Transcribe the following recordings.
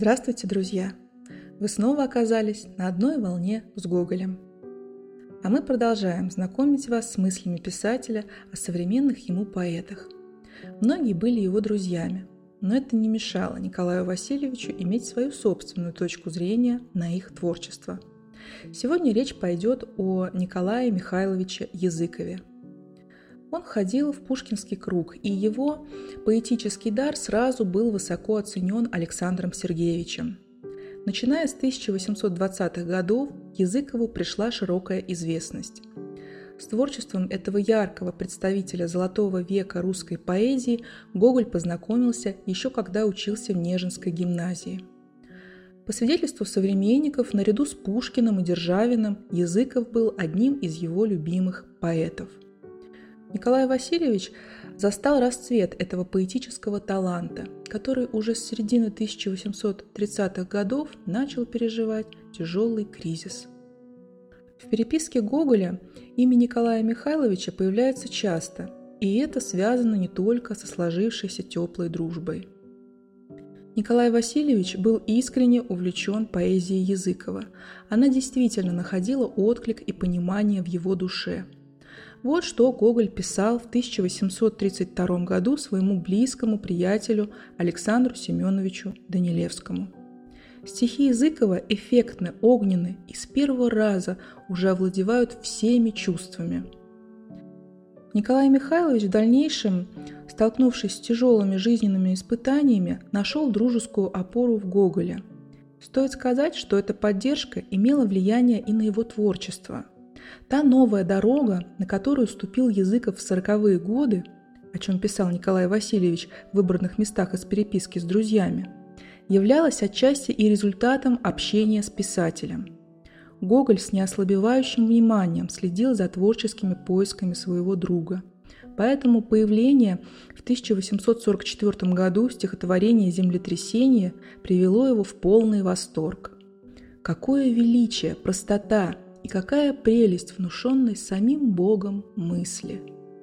Здравствуйте, друзья! Вы снова оказались на одной волне с Гоголем. А мы продолжаем знакомить вас с мыслями писателя о современных ему поэтах. Многие были его друзьями, но это не мешало Николаю Васильевичу иметь свою собственную точку зрения на их творчество. Сегодня речь пойдет о Николае Михайловиче Языкове. Он ходил в Пушкинский круг, и его поэтический дар сразу был высоко оценен Александром Сергеевичем. Начиная с 1820-х годов Языкову пришла широкая известность. С творчеством этого яркого представителя золотого века русской поэзии Гоголь познакомился еще когда учился в Нежинской гимназии. По свидетельству современников, наряду с Пушкиным и Державиным, Языков был одним из его любимых поэтов. Николай Васильевич застал расцвет этого поэтического таланта, который уже с середины 1830-х годов начал переживать тяжелый кризис. В переписке Гоголя имя Николая Михайловича появляется часто, и это связано не только со сложившейся теплой дружбой. Николай Васильевич был искренне увлечен поэзией Языкова. Она действительно находила отклик и понимание в его душе. Вот что Гоголь писал в 1832 году своему близкому приятелю Александру Семеновичу Данилевскому. Стихи Языкова эффектны, огненны и с первого раза уже овладевают всеми чувствами. Николай Михайлович в дальнейшем, столкнувшись с тяжелыми жизненными испытаниями, нашел дружескую опору в Гоголе. Стоит сказать, что эта поддержка имела влияние и на его творчество. Та новая дорога, на которую ступил Языков в 40-е годы, о чем писал Николай Васильевич в выбранных местах из переписки с друзьями, являлась отчасти и результатом общения с писателем. Гоголь с неослабевающим вниманием следил за творческими поисками своего друга. Поэтому появление в 1844 году стихотворения «Землетрясение» привело его в полный восторг. Какое величие, простота и какая прелесть внушенной самим Богом мысли!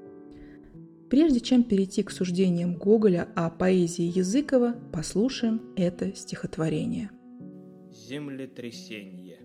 Прежде чем перейти к суждениям Гоголя о поэзии Языкова, послушаем это стихотворение. Землетрясение.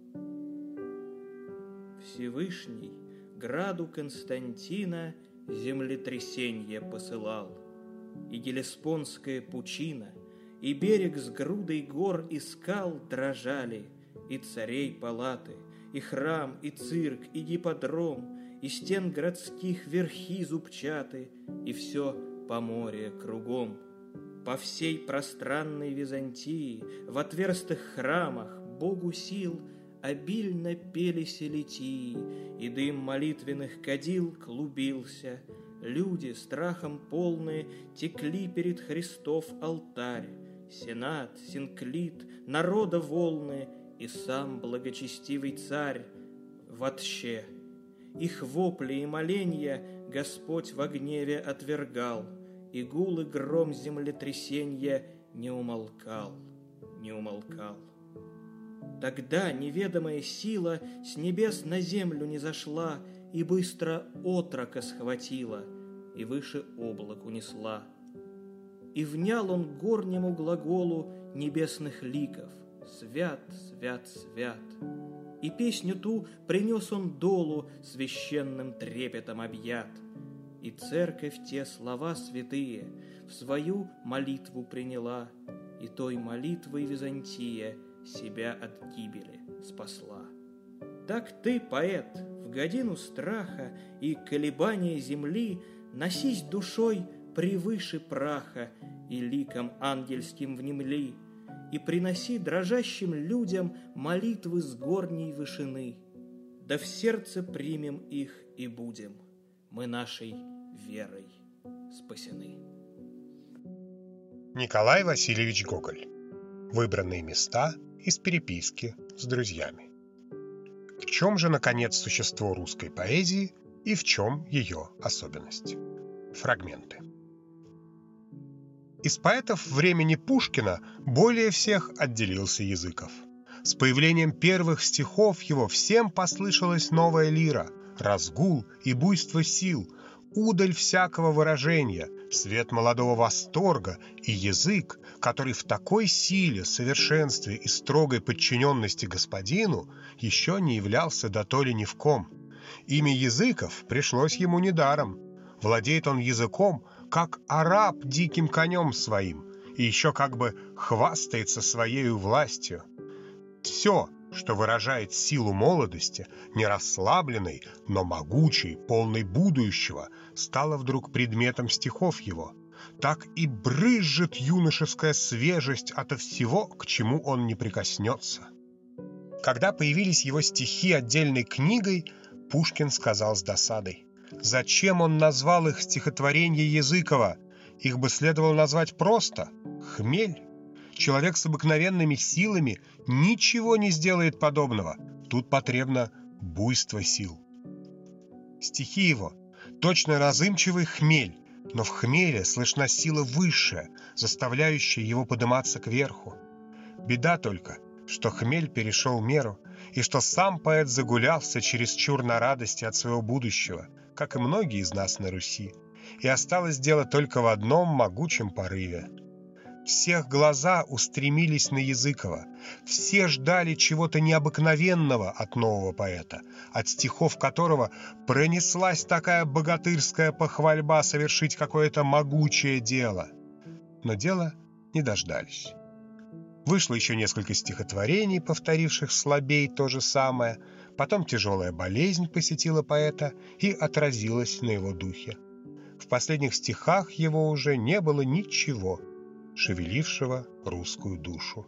Всевышний граду Константина землетрясение посылал, и Гелеспонская пучина, и берег с грудой гор и скал дрожали, и царей палаты, и храм, и цирк, и гипподром, и стен городских верхи зубчаты, и все по море кругом. По всей пространной Византии, в отверстых храмах, Богу сил обильно пелись литии, и дым молитвенных кадил клубился. Люди, страхом полные, текли перед Христов алтарь. Сенат, синклит, народа волны, и сам благочестивый царь вообще. Их вопли и моленья Господь во гневе отвергал, и гул и гром землетрясенья не умолкал, не умолкал. Тогда неведомая сила с небес на землю не зашла, и быстро отрока схватила, и выше облак унесла. И внял он горнему глаголу небесных ликов: «Свят, свят, свят!» И песню ту принес он долу, священным трепетом объят. И церковь те слова святые в свою молитву приняла, и той молитвой Византия себя от гибели спасла. Так ты, поэт, в годину страха и колебания земли носись душой превыше праха и ликом ангельским внемли, и приноси дрожащим людям молитвы с горней вышины. Да в сердце примем их и будем мы нашей верой спасены. Николай Васильевич Гоголь. Выбранные места из переписки с друзьями. В чем же, наконец, существо русской поэзии и в чем ее особенность? Фрагменты. Из поэтов времени Пушкина более всех отделился Языков. С появлением первых стихов его всем послышалась новая лира, разгул и буйство сил, удаль всякого выражения, свет молодого восторга и язык, который в такой силе, совершенстве и строгой подчиненности господину еще не являлся дотоле ни в ком. Имя Языков пришлось ему недаром. Владеет он языком, как араб диким конем своим, и еще как бы хвастается своею властью. Все, что выражает силу молодости, не расслабленной, но могучей, полной будущего, стало вдруг предметом стихов его. Так и брызжет юношеская свежесть ото всего, к чему он не прикоснется. Когда появились его стихи отдельной книгой, Пушкин сказал с досадой: зачем он назвал их стихотворение Языкова? Их бы следовало назвать просто «Хмель». Человек с обыкновенными силами ничего не сделает подобного. Тут потребно буйство сил. Стихи его — точно разымчивый хмель, но в хмеле слышна сила высшая, заставляющая его подниматься кверху. Беда только, что хмель перешел меру, и что сам поэт загулялся чересчур на радости от своего будущего, как и многие из нас на Руси, и осталось дело только в одном могучем порыве. Всех глаза устремились на Языкова, все ждали чего-то необыкновенного от нового поэта, от стихов которого пронеслась такая богатырская похвальба совершить какое-то могучее дело. Но дела не дождались. Вышло еще несколько стихотворений, повторивших слабей то же самое, потом тяжелая болезнь посетила поэта и отразилась на его духе. В последних стихах его уже не было ничего, шевелившего русскую душу.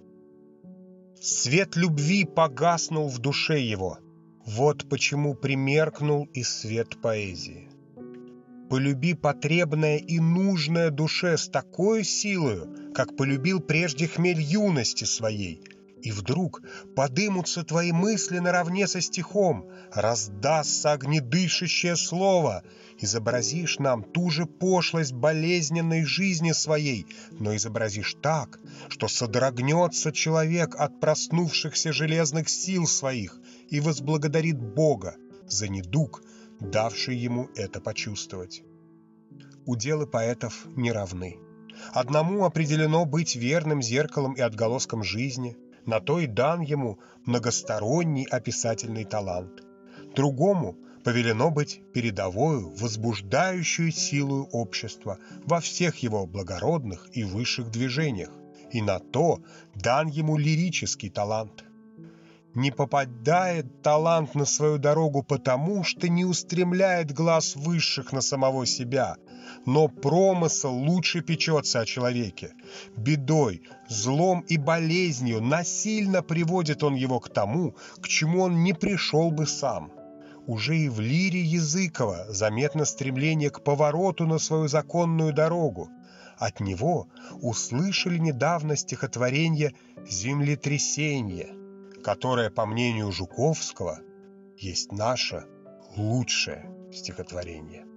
Свет любви погаснул в душе его. Вот почему примеркнул и свет поэзии. Полюби потребное и нужное душе с такой силою, как полюбил прежде хмель юности своей, и вдруг подымутся твои мысли наравне со стихом, раздастся огнедышащее слово, изобразишь нам ту же пошлость болезненной жизни своей, но изобразишь так, что содрогнется человек от проснувшихся железных сил своих и возблагодарит Бога за недуг, давший ему это почувствовать. Уделы поэтов не равны. Одному определено быть верным зеркалом и отголоском жизни, на то и дан ему многосторонний описательный талант. Другому повелено быть передовою, возбуждающую силою общества во всех его благородных и высших движениях, и на то дан ему лирический талант. Не попадает талант на свою дорогу потому, что не устремляет глаз высших на самого себя, но промысл лучше печется о человеке. Бедой, злом и болезнью насильно приводит он его к тому, к чему он не пришел бы сам. Уже и в лире Языкова заметно стремление к повороту на свою законную дорогу. От него услышали недавно стихотворение «Землетрясение», которое, по мнению Жуковского, есть наше лучшее стихотворение.